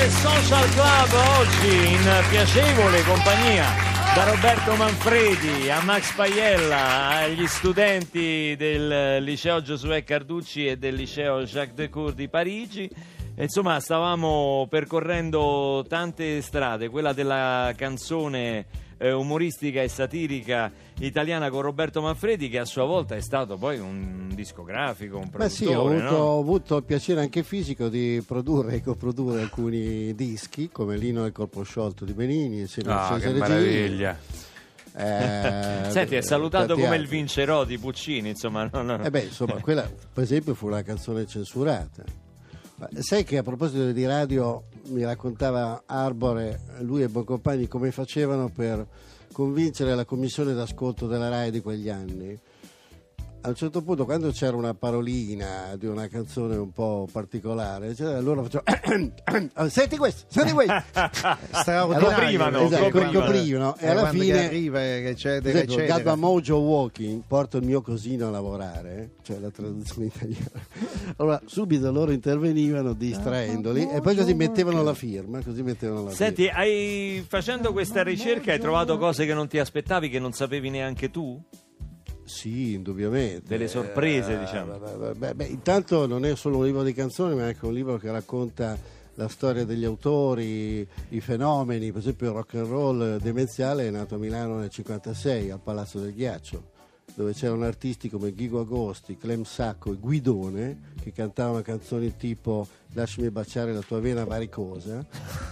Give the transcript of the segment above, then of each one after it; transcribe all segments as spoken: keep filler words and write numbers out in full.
Social Club oggi in piacevole compagnia da Roberto Manfredi a Max Paiella, agli studenti del liceo Giosuè Carducci e del liceo Jacques Decour di Parigi. Insomma, stavamo percorrendo tante strade, quella della canzone eh, umoristica e satirica italiana con Roberto Manfredi, che a sua volta è stato poi un discografico, un produttore. Beh sì, ho avuto, no? ho avuto il piacere anche fisico di produrre e coprodurre alcuni dischi, come Lino e il corpo sciolto di Benigni insieme Ah, a che Cesare meraviglia. Eh, Senti, è salutato come il altri. Vincerò di Puccini, insomma. No, no. Eh beh, insomma, quella per esempio fu una canzone censurata. Ma sai che a proposito di radio mi raccontava Arbore, lui e Boncompagni, come facevano per convincere la commissione d'ascolto della Rai di quegli anni. A un certo punto, quando c'era una parolina di una canzone un po' particolare, cioè, allora facevano senti questo, senti questo, Straordinario. Coprivano, esatto, coprivano. coprivano, e Eh, alla quando fine che arriva, che eccetera, esempio, eccetera. Gadba Mojo Walking, porto il mio cosino a lavorare, cioè la traduzione italiana. Allora subito loro intervenivano distraendoli e poi così mettevano la firma, così mettevano la Senti, firma. hai, facendo questa ricerca hai trovato cose che non ti aspettavi, che non sapevi neanche tu? Sì, indubbiamente. Delle sorprese, Eh, diciamo. beh, beh, beh, intanto non è solo un libro di canzoni, ma è anche un libro che racconta la storia degli autori, i fenomeni. Per esempio il rock and roll demenziale è nato a Milano nel cinquantasei al Palazzo del Ghiaccio, dove c'erano artisti come Ghigo Agosti, Clem Sacco e Guidone che cantavano canzoni tipo Lasciami baciare la tua vena varicosa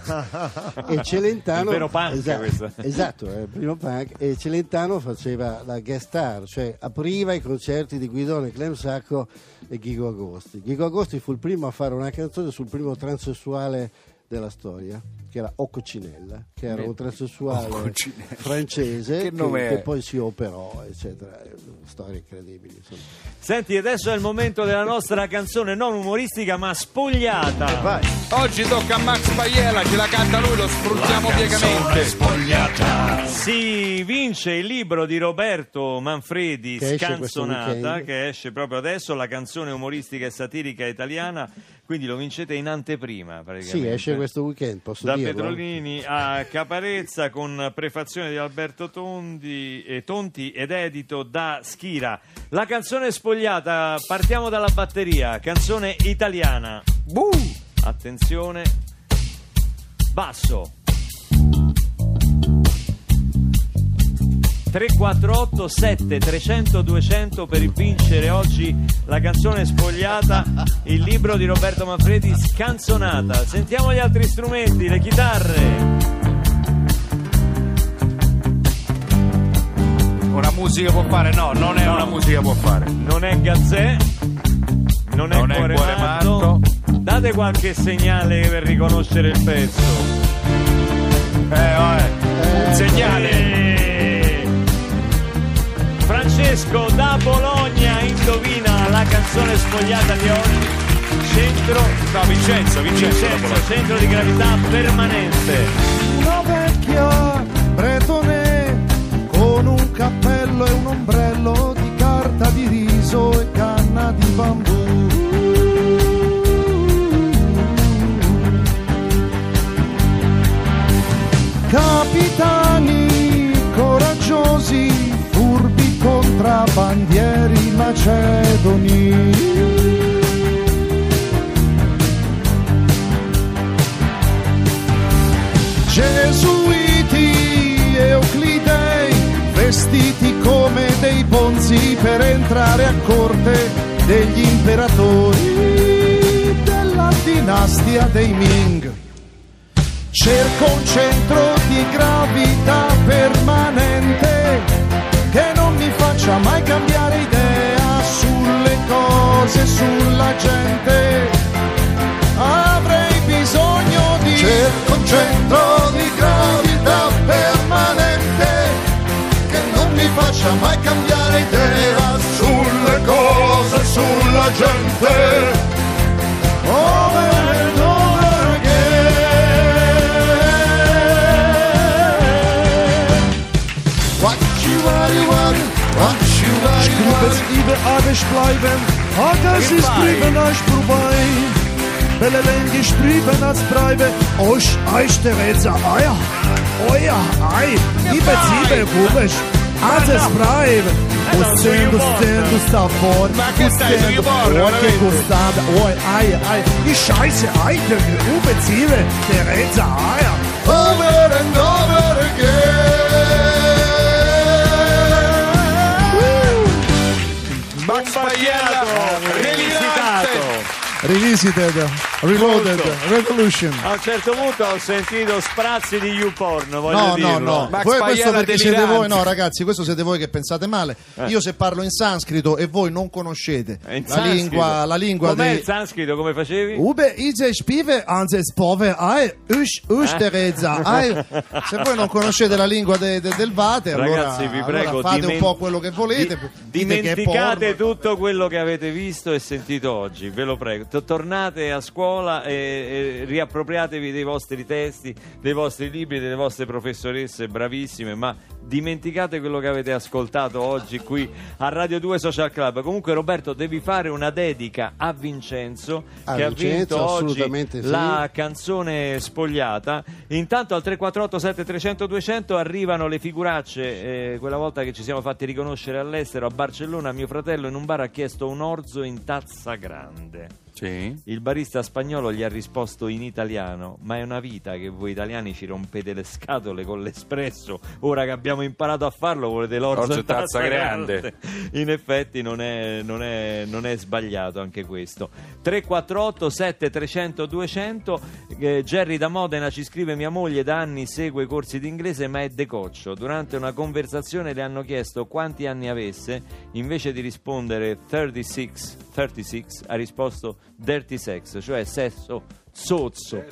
e Celentano Il vero punk, esatto, questo. esatto, è il primo punk, e Celentano faceva la guest star, cioè apriva i concerti di Guidone, Clem Sacco e Ghigo Agosti. Ghigo Agosti fu il primo a fare una canzone sul primo transessuale della storia, che era O Coccinella, che era un transessuale Coccinella. francese Che che, nome che è? poi si operò, eccetera. Storie incredibili, insomma. Senti, adesso è il momento della nostra canzone non umoristica ma spogliata. Vai. Oggi tocca a Max Paiella, ce la canta lui, lo sfruttiamo piegamente. Si vince il libro di Roberto Manfredi, Che esce questo Scanzonata, weekend. che esce proprio adesso, la canzone umoristica e satirica italiana, quindi lo vincete in anteprima praticamente. Sì, esce questo weekend, posso Da dirlo? Petrolini a Caparezza, con prefazione di Alberto Tondi, e Tonti ed edito da Schira. La canzone spogliata, partiamo dalla batteria, canzone italiana. Buh! Attenzione, basso. tre quattro otto sette trecento duecento per vincere oggi la canzone spogliata, il libro di Roberto Manfredi, Scanzonata. Sentiamo gli altri strumenti, le chitarre. Una musica può fare? No, non è No. una musica può fare. Non è Gazzè, non è, Non è cuore, Cuore matto. Matto. Date qualche segnale per riconoscere il pezzo. Eh, vabbè. Un segnale. Eh. Francesco da Bologna indovina la canzone spogliata di oggi. Centro, No, Vincenzo, Vincenzo. dopo Vincenzo, la- centro di gravità permanente. Una vecchia bretone con un cappello e un ombrello di carta di riso e canna di bambù. Capitani coraggiosi, furbi contrabbandieri macedoni. Gesuiti e Euclidei, vestiti come dei bonzi per entrare a corte degli imperatori della dinastia dei Ming. Cerco un centro di gravità permanente che non mi faccia mai cambiare idea sulle cose, sulla gente. Avrei bisogno di cerco un centro di gravità permanente che non mi faccia mai cambiare idea sulle cose, sulla gente. Over and over again. What you are, you are, what you are, you are. Ibe Adisch bleiben, hat er sich Goodbye. blieben euch vorbei. Belle lenghi striven als Breibe, Osch, Eich, Teresa, Eier, Euer, Ei, Ibe, Zibe, Rubisch, Ases, Breibe, Ostendo, Stendo, Stavon, Ostendo, Orche, Gustave, Oi, Ei, Ei, die Scheiße, Eite, Ube, Zibe, Teresa, Eier, over and over again. Max Paiella, Felicitato. Revisited, Reloaded, Molto. Revolution. A un certo punto ho sentito sprazzi di YouPorn, voglio No, dirlo. no, no, Max voi questo Paiella perché siete delirante. voi, no ragazzi, questo siete voi che pensate male. Io se parlo in sanscrito e voi non conoscete È in la sanscrito. lingua, la lingua Com'è dei il sanscrito, come facevi? Ube ize spive anze spove ai ush ush tereza ai. Se voi non conoscete la lingua de- de- del Vate, Ragazzi, allora, vi prego, allora fate dimen- un po' quello che volete. Di- dite che è dimenticate porno. tutto quello che avete visto e sentito oggi, ve lo prego. T- Tornate a scuola e, e riappropriatevi dei vostri testi, dei vostri libri, delle vostre professoresse bravissime, ma dimenticate quello che avete ascoltato oggi qui a Radio due Social Club. Comunque, Roberto, devi fare una dedica a Vincenzo, A che Vincenzo, ha vinto oggi assolutamente sì. la canzone spogliata. Intanto al tre quattro otto sette trecento duecento arrivano le figuracce. Eh, quella volta che ci siamo fatti riconoscere all'estero, a Barcellona, mio fratello in un bar ha chiesto un orzo in tazza grande. Sì. Il barista spagnolo gli ha risposto in italiano: ma è una vita che voi italiani ci rompete le scatole con l'espresso, ora che abbiamo imparato a farlo volete l'orzo Orzo in in tazza tazza grande. grande. In effetti non è, non è, non è sbagliato anche questo. Tre quattro otto sette trecento duecento. eh, Jerry da Modena ci scrive: mia moglie da anni segue i corsi di inglese ma è decoccio. Durante una conversazione le hanno chiesto quanti anni avesse, invece di rispondere trentasei, trentasei ha risposto dirty sex, cioè sesso zozzo.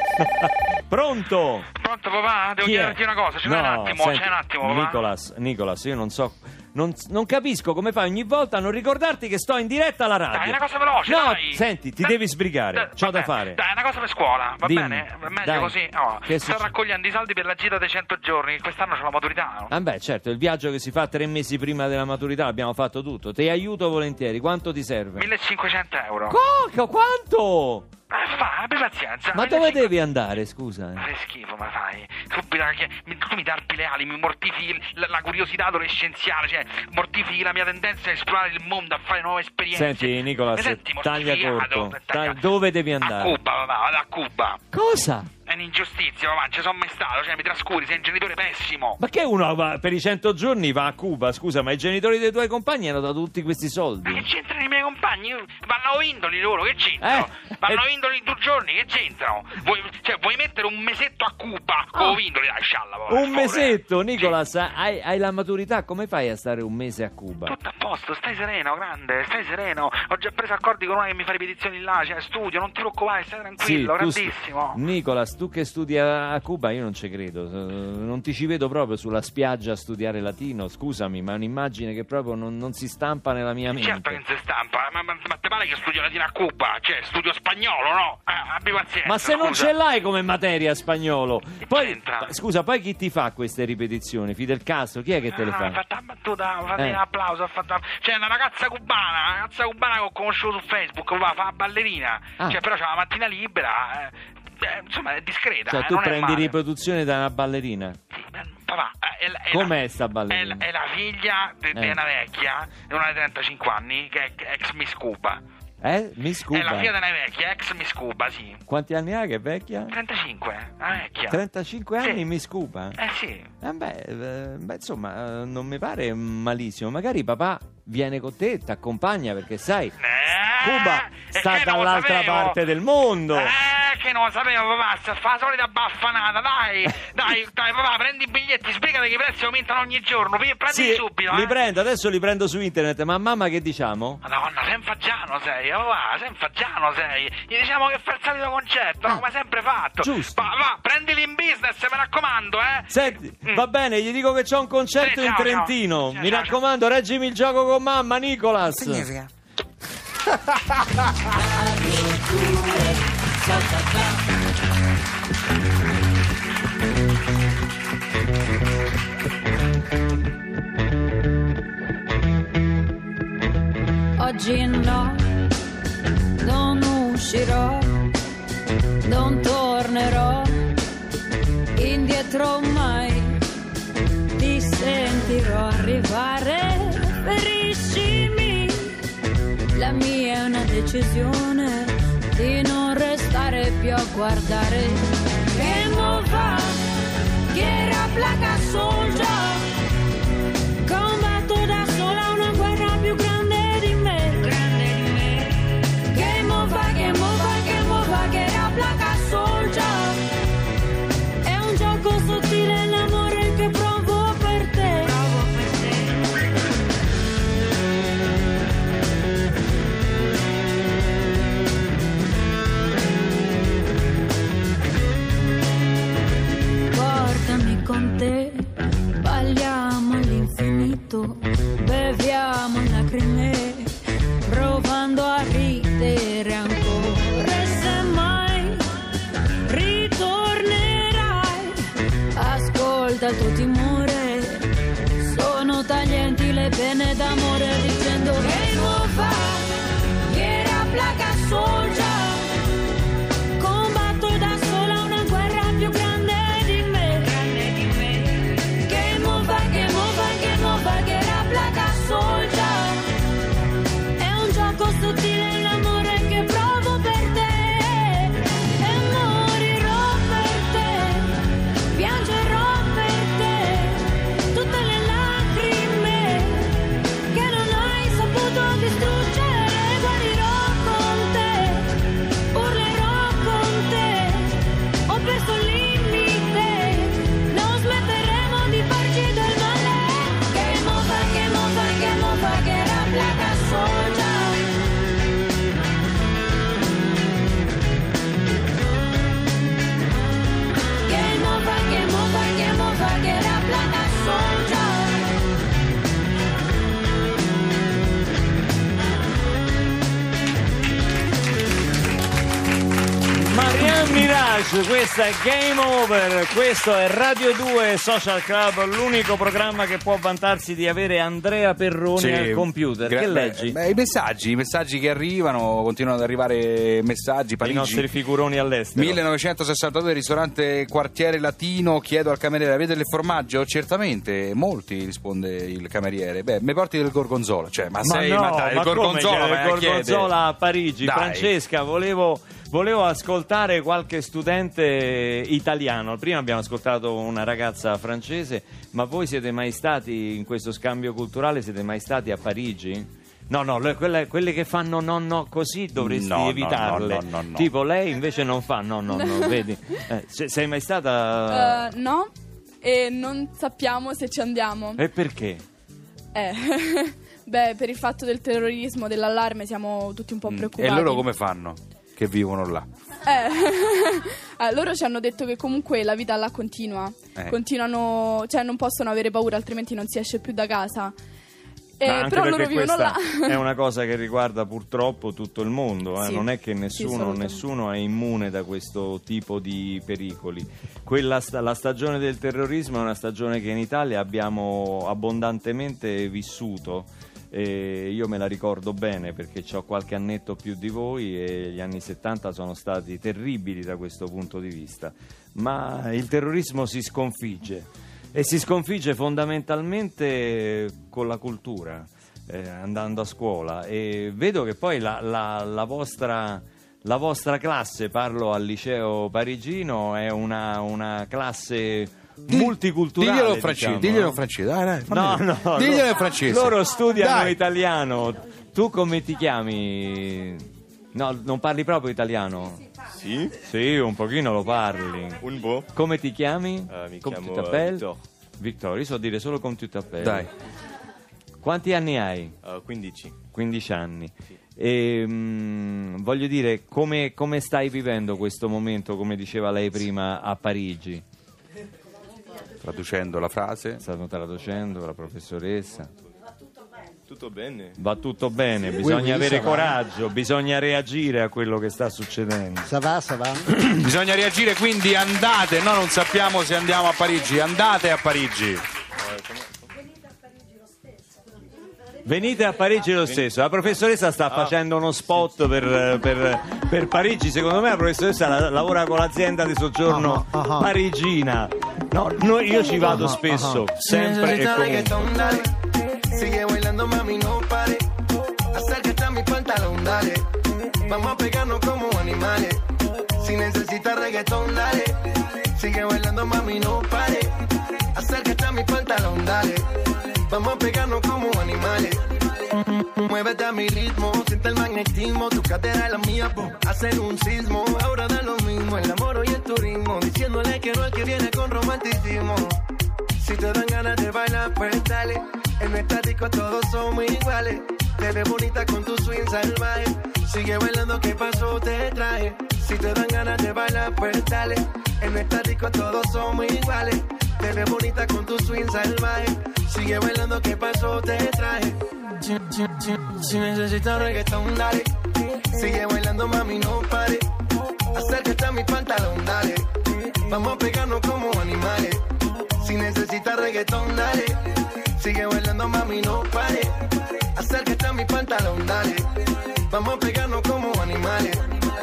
Pronto? Pronto papà? Devo Chi è? chiederti una cosa, c'è No, un attimo, senti, c'è un attimo papà. Nicolas, Nicolas, io non so, non, non capisco come fai ogni volta a non ricordarti che sto in diretta alla radio. Dai, una cosa veloce, No, dai. senti, ti Dai, devi sbrigare, dai, c'ho da vabbè, fare. Dai, una cosa per scuola, va Dimmi, bene? Meglio dai. così. Oh, Che sto succe- raccogliendo i soldi per la gita dei cento giorni, quest'anno c'è la maturità, no? Ah beh, certo, il viaggio che si fa tre mesi prima della maturità l'abbiamo fatto tutto. Ti aiuto volentieri, quanto ti serve? millecinquecento euro. Co- quanto? Eh, fa, abbi pazienza. Ma dove millecinquecento devi andare, scusa? eh? Fai schifo, ma fai. Subito che mi- tu mi tarpi le ali, mi mortifichi la, la curiosità adolescenziale, cioè mortifichi la mia tendenza a esplorare il mondo, a fare nuove esperienze. Senti, Nicolas, Mi senti taglia mortificato? corto. Taglia- Taglia- dove devi andare? A Cuba, papà, vado a Cuba. Cosa? È un'ingiustizia, papà, non ci sono mai stato, cioè mi trascuri, sei un genitore pessimo. Ma che uno va, per i cento giorni va a Cuba? Scusa, ma i genitori dei tuoi compagni hanno dato tutti questi soldi? Ma che c'entrano i miei compagni? Vanno indoli loro, che c'entrano? Eh, Vanno eh. indoli due giorni, che c'entrano? Vuoi, cioè, vuoi mettere un mesetto a Cuba con Ah. indoli? Dai, scialla, papà, Un per favore, mesetto, eh. Nicolas, hai, hai la maturità, come fai a stare un mese a Cuba? Tutto a posto, stai sereno, grande, stai sereno. Ho già preso accordi con una che mi fa ripetizioni là, cioè studio, non ti preoccupare, stai tranquillo, tu stu- grandissimo. Nicolas, tu che studi a a Cuba, io non ci credo, eh, non ti ci vedo proprio sulla spiaggia a studiare latino, scusami, ma è un'immagine che proprio non, non si stampa nella mia mente. Certo che non si stampa, ma, ma, ma te pare che studio latino a Cuba? Cioè, studio spagnolo, no? Eh, abbi pazienza. Ma se non scusa. ce l'hai come materia spagnolo, poi c'entra? scusa, poi chi ti fa queste ripetizioni? Fidel Castro, chi è che te le Ah, ha fa? fatto la battuta, fate Eh. un applauso, ha fatto... C'è una ragazza cubana, una ragazza cubana che ho conosciuto su Facebook, va, fa la ballerina, Ah. cioè però c'ha la mattina libera, eh, eh, insomma è discreta. Cioè eh, tu non è prendi male. riproduzione da una ballerina. Sì, beh, papà, eh, è, la- è Com'è la, sta È, ballerina? la- è la figlia di Eh. una vecchia, di una di trentacinque anni, che è ex Miss Cuba. Eh? Miss È la Cuba? figlia di una vecchia, ex Miss Cuba, sì. Quanti anni ha che è vecchia? trentacinque, la vecchia. trentacinque Sì. anni Miss Cuba? Eh sì. Eh beh, eh, beh, insomma, eh, non mi pare malissimo. Magari papà viene con te, ti accompagna, perché sai, Eh, Cuba e sta che non lo dall'altra sapevo. parte del mondo. Eh, che non lo sapevo, papà, sta fa la solita baffanata, dai, dai, dai, papà, prendi i biglietti, spiegate che i prezzi aumentano ogni giorno, prendi Sì, subito, li eh. prendo, adesso li prendo su internet. Ma a mamma che diciamo? Madonna, sei un fagiano sei, eh, papà, sei un fagiano sei. Gli diciamo che fa il solito concetto, no, come sempre fatto. Ah. Giusto. Va, va, prendili in business, mi raccomando, eh. Senti, Mm. va bene, gli dico che c'ho un concerto Sì, in ciao, Trentino. ciao. Mi Ciao, ciao. raccomando, reggimi il gioco con mamma, Nicolas. Oggi no, non uscirò non tornerò indietro mai, ti sentirò arrivare, feriscimi, la mia è una decisione di non restare più a guardare. Che mo fa, che era placa soldier, combatto da sola una guerra più grande di me, grande di me. Che mo fa, che mo fa, che mo fa, che era placa soldier, è un gioco sottile l'amore che provo per te, provo per te. Portami con te, balliamo all'infinito, beviamo lacrime, provando a ridere ancora. E se mai ritornerai, ascolta il tuo timore, sono taglienti le pene d'amore, dicendo che non fa, che era placa soldier, combatto da sola una guerra più grande di me, grande di me. Che mo fa, che mo fa, che mo fa, che era placa soldier, è un gioco sottile l'amore che provo per te, e morirò per te, piangerò per te, tutte le lacrime che non hai saputo distruggere, guarirò con te, urlerò con te, ho perso il limite, non smetteremo di farci del male. Che mo fa, che mo fa, che mo fa, che era placa soldier. Che mo fa, che mo fa, che mo fa, che era placa soldier. Marianne Mirage, questa è Game Over, questo è Radio due Social Club, l'unico programma che può vantarsi di avere Andrea Perroni Sì, al computer. gra- Che leggi? beh, I messaggi, i messaggi che arrivano, continuano ad arrivare messaggi. I Parigi, nostri figuroni all'estero. millenovecentosessantadue, ristorante Quartiere Latino, chiedo al cameriere, avete del formaggio? Certamente, molti, risponde il cameriere. Beh, mi porti del gorgonzola, cioè, ma, Ma sei, no, ma dai, ma il gorgonzola, come vai il a chiedere? gorgonzola a Parigi. Dai. Francesca, volevo, volevo ascoltare qualche studente italiano. Prima abbiamo ascoltato una ragazza francese, ma voi siete mai stati in questo scambio culturale? Siete mai stati a Parigi? No, no, le- quelle, quelle che fanno no, no, così dovresti No, no, evitarle. no, no, no, no. Tipo lei invece non fa no, no, no, vedi? Eh, se- sei mai stata... Eh, no, e non sappiamo se ci andiamo. E perché? Eh, beh, per il fatto del terrorismo, dell'allarme, siamo tutti un po' Mm. preoccupati. E loro come fanno? Che vivono là? Eh. Eh, loro ci hanno detto che comunque la vita là continua. Eh. Continuano, cioè non possono avere paura, altrimenti non si esce più da casa. Eh, Ma anche però loro perché vivono là. questa è una cosa che riguarda purtroppo tutto il mondo, eh? Sì. Non è che Sì, nessuno, assolutamente. nessuno è immune da questo tipo di pericoli. Quella sta- la stagione del terrorismo è una stagione che in Italia abbiamo abbondantemente vissuto. E io me la ricordo bene perché ho qualche annetto più di voi e gli anni settanta sono stati terribili da questo punto di vista, ma il terrorismo si sconfigge e si sconfigge fondamentalmente con la cultura, eh, andando a scuola, e vedo che poi la, la, la vostra la vostra classe, parlo al liceo parigino, è una, una classe multiculturale. Diglielo in francese, diciamo, diglielo no? in francese, dai, dai, No, fammi- no, diglielo no. in francese. Loro studiano Dai. italiano. Tu come ti chiami? No, non parli proprio italiano? Sì, Sì, un pochino lo parli. un po'. Come ti chiami? Eh, mi Come chiamo, tu t'appelles? eh, Victor. Victor, io so dire solo come tu t'appelles. Dai. Quanti anni hai? Uh, quindici. quindici anni. E, mm, voglio dire, come, come stai vivendo questo momento, come diceva lei prima, a Parigi? Traducendo la frase. Stanno traducendo la professoressa. Tutto bene? Va tutto bene, bisogna oui, avere ça va. coraggio, bisogna reagire a quello che sta succedendo. Ça va, ça va? Bisogna reagire, quindi andate, noi non sappiamo se andiamo a Parigi, andate a Parigi. Venite a Parigi lo stesso. La professoressa sta facendo uno spot per, per, per Parigi. Secondo me la professoressa la- lavora con l'azienda di soggiorno Ah, ah, ah. parigina. No, no, io ci vado Ah, spesso, ah. sempre e comunque. Dale, sigue bailando mami no pare, acércate a mi pantalón dale, vamos a pegarnos como animales, si necesitas reggaetón dale, sigue bailando mami no pare, acércate a mi pantalón dale, vamos a pegarnos como animales. Muévete a mi ritmo, siente el magnetismo, tu cadera es la mía, po, hacen un sismo, ahora da lo mismo, el amor y el turismo, diciéndole que no al que viene con romanticismo. Si te dan ganas de bailar, pues dale, en nuestra disco todos somos iguales, te ves bonita con tu swing salvaje, sigue bailando, ¿qué pasó? Te traje. Si te dan ganas de bailar, pues dale, en nuestra disco todos somos iguales, te ves bonita con tu swing salvaje, sigue bailando, ¿qué pasó? Te traje. Si, si, si, si necesitas reggaetón, dale, sigue bailando, mami, no pare, acércate a mi pantalón, dale, vamos a pegarnos como animales. Si necesitas reggaetón, dale, sigue bailando, mami, no pare, acércate a mi pantalón, dale, vamos a pegarnos como animales.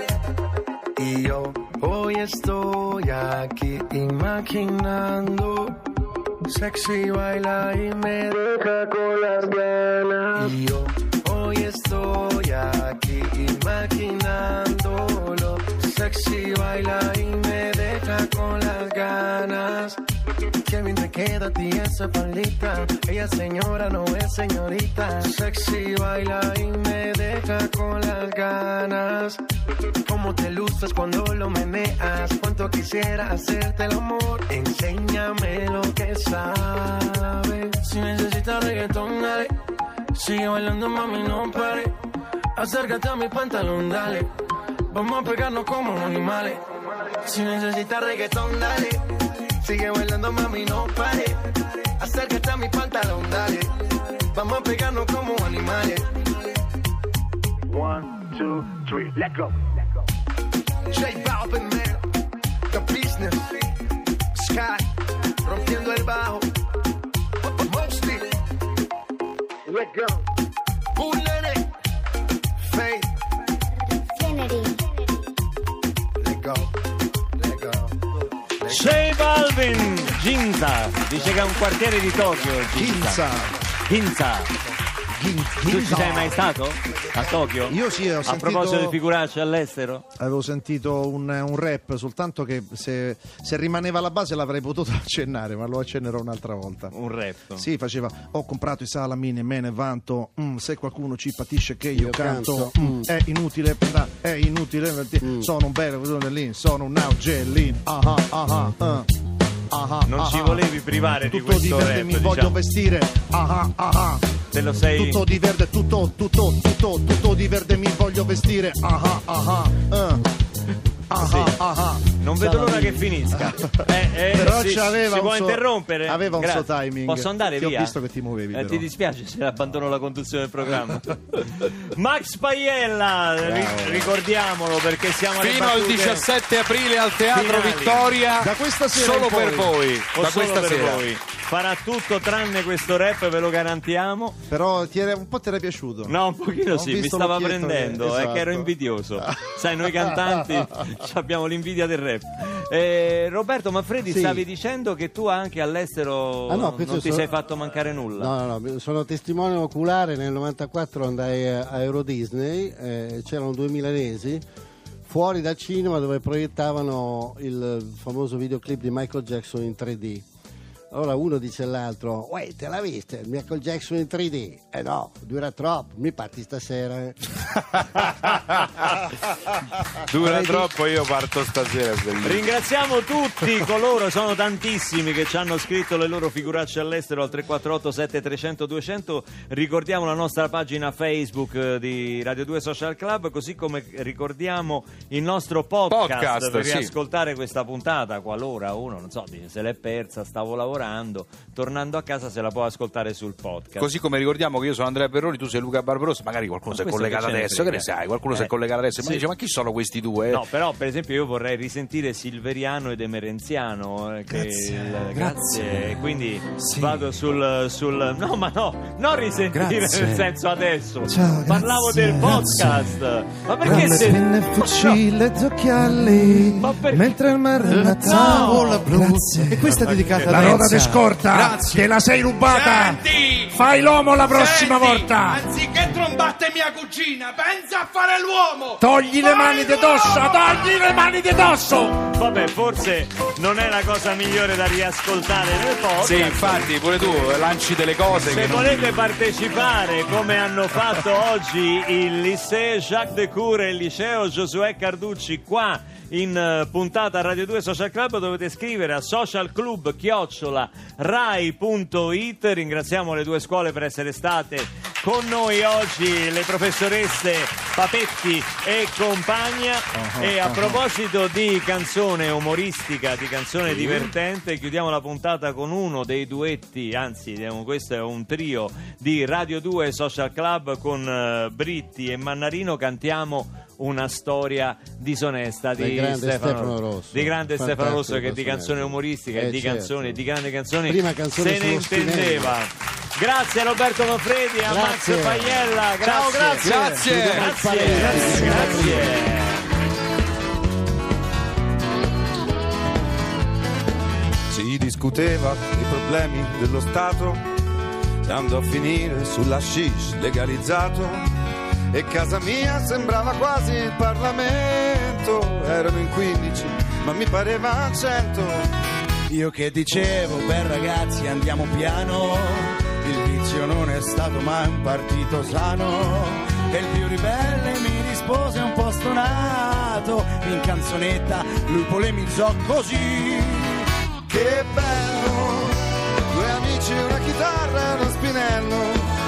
Y yo hoy estoy aquí imaginando, sexy baila y me deja con las ganas. Y yo hoy estoy aquí imaginándolo, sexy baila y me deja con las ganas. Qué bien te queda a ti esa palita, ella señora no es señorita, sexy baila y me deja con las ganas. Cómo te luces cuando lo meneas, cuánto quisiera hacerte el amor, enséñame lo que sabes. Si necesitas reggaetón, dale, sigue bailando, mami, no pare, acércate a mi pantalón, dale, vamos a pegarnos como animales. Si necesitas reggaetón, dale, sigue bailando, mami, no pare, acércate a mi pantalón, dale, vamos a pegarnos como animales. One, two, three, let go. J Balvin, man, The Business, Sky, rompiendo el bajo, Mostly, let go, Bullet, Faith, Infinity. let go, let go. J Balvin, Ginza, dice che è un quartiere di Tokyo. Ginza. Ginza. Tu ci sei mai stato? A Tokyo? Io sì, ho A sentito- proposito di figurarci all'estero? Avevo sentito un, un rap, soltanto che se, se rimaneva alla base l'avrei potuto accennare, ma lo accennerò un'altra volta. Un rap. Sì, faceva: ho comprato i salamini e me ne vanto, mm, se qualcuno ci patisce che io, Io canto, canto, mm, è inutile, da- è inutile, mm. sono un bel lì, sono un Augellin, ah ah ah ah, ah, Non ah, ci ah. volevi privare di Tutto di questo verde rap, mi diciamo. voglio vestire, ah ah ah ah. Te lo sei... Tutto di verde, tutto, tutto, tutto, tutto di verde mi voglio vestire, ah ah ah ah, ah Sì. ah ah ah. Non vedo l'ora che finisca. Eh, eh, Però si, c'aveva si un può suo- interrompere? aveva un Grazie. suo timing. Posso andare Ti ho via? visto che ti muovevi, Eh, però. ti dispiace se abbandono la conduzione del programma? Max Paiella, ri- ricordiamolo perché siamo alle Fino al battute diciassette aprile al Teatro finali. Vittoria, Da questa sera solo in poi. per voi, O da solo questa per sera. voi. Farà tutto tranne questo rap, ve lo garantiamo. Però ti era, un po' ti era piaciuto. No, un pochino Ho sì, mi visto stava l'occhietto prendendo, che- è che ero esatto. invidioso. Sai, noi cantanti abbiamo l'invidia del rap. Eh, Roberto Manfredi, Sì. stavi dicendo che tu anche all'estero Ah, no, questo non ti so- sei fatto mancare nulla. No, no, no, sono testimone oculare. Nel novantaquattro andai a Euro Disney, eh, c'erano due milanesi fuori dal cinema dove proiettavano il famoso videoclip di Michael Jackson in tre D. Allora uno dice all'altro: uè, te l'ha vista il Michael Jackson in tre D? Eh no, dura troppo, mi parti stasera. eh." Dura troppo, io parto stasera. bellissimo. Ringraziamo tutti coloro, sono tantissimi che ci hanno scritto le loro figuracce all'estero al tre quattro otto sette tre zero zero due zero zero. Ricordiamo la nostra pagina Facebook eh, di Radio due Social Club, così come ricordiamo il nostro podcast, Podcast, per sì. riascoltare questa puntata qualora uno, non so, dice, se l'è persa, stavo lavorando. lavorando, tornando a casa se la può ascoltare sul podcast. Così come ricordiamo che io sono Andrea Perroni, tu sei Luca Barbarossa, magari qualcuno Ma si è questo collegato che ce ne adesso, che frega? ne sai, qualcuno si Eh, è collegato adesso, sì. ma dice ma chi sono questi due? No, però per esempio io vorrei risentire Silveriano ed Emerenziano, eh, che Grazie, il- grazie. e quindi Sì. vado sul, sul no ma no, non risentire Grazie. nel senso adesso. Ciao, Parlavo grazie, del podcast. Ma perché Grande se spinne, fucile, occhiali, Ma perché? mentre il mare è una tavola blu. Grazie. E questa è dedicata La a roda Renza. di scorta, te la sei rubata. Senti! Fai l'uomo la prossima Senti, volta. Anziché trombatte mia cugina, pensa a fare l'uomo! Togli le Fai mani di l'uomo! dosso, togli le mani di dosso. Vabbè, forse non è la cosa migliore da riascoltare nel podcast. Sì, infatti, pure tu lanci delle cose Se che non... volete partecipare, come hanno fatto oggi il Lycée Jacques de Cour e il liceo Giosuè Carducci qua in eh, puntata Radio due Social Club, dovete scrivere a socialclub chiocciola rai punto it. Ringraziamo le due scuole per essere state con noi oggi, le professoresse Papetti e compagna. E a proposito di canzone umoristica, di canzone divertente, chiudiamo la puntata con uno dei duetti, anzi diciamo, questo è un trio di Radio due Social Club con eh, Britti e Mannarino. Cantiamo Una storia disonesta di Del grande Stefano, Stefano Rosso. di grande Fantastico Stefano Rosso, che di personaggio. canzone umoristica e Eh, di certo. canzoni, di grandi canzoni Prima canzone se ne sullo intendeva. Grazie a Roberto Manfredi, a Grazie. Max Paiella, Ciao, grazie. grazie. Grazie. Grazie, grazie, grazie. Si discuteva dei problemi dello Stato, si andò a finire sull'hashish legalizzato e casa mia sembrava quasi il Parlamento. Erano in quindici ma mi pareva cento. Io che dicevo, beh ragazzi andiamo piano, il vizio non è stato mai un partito sano, e il più ribelle mi rispose un po' stonato, in canzonetta lui polemizzò così: Che bello, due amici, una chitarra e uno spinello,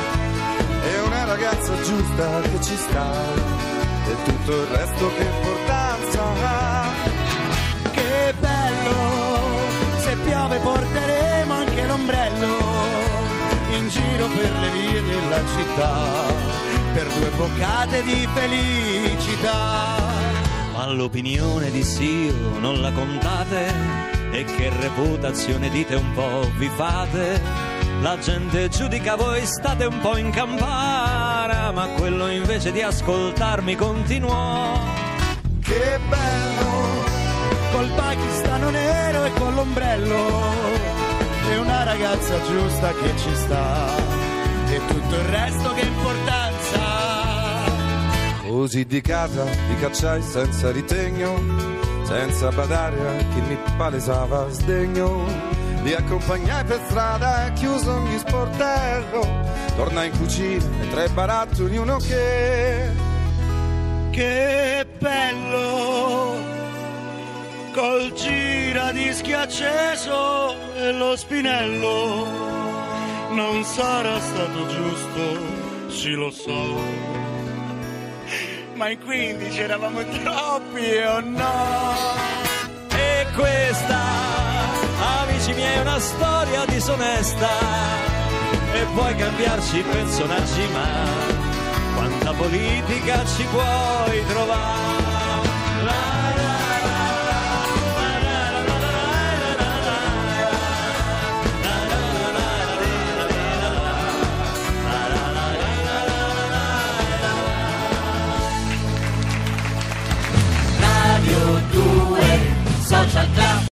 e una ragazza giusta che ci sta, e tutto il resto che importanza ha. che bello, se piove porteremo anche l'ombrello, in giro per le vie della città, per due boccate di felicità. Ma l'opinione di Sio non la contate, e che reputazione dite un po' vi fate? La gente giudica, voi state un po' in campana, ma quello invece di ascoltarmi continuò. Che bello, Col pakistano nero e con l'ombrello, e una ragazza giusta che ci sta, e tutto il resto che importanza. così di casa li cacciai senza ritegno, senza badare a chi mi palesava sdegno. Li accompagnai per strada e chiuso ogni sportello, tornai in cucina e tre barattoli uno che... Che bello, col giradischi acceso e lo spinello, non sarà stato giusto, sì lo so, ma in quindici eravamo troppi o no? E questa, amici miei, è una storia disonesta, e puoi cambiarci i personaggi, ma quanta politica ci puoi trovare? Radio due Social Club.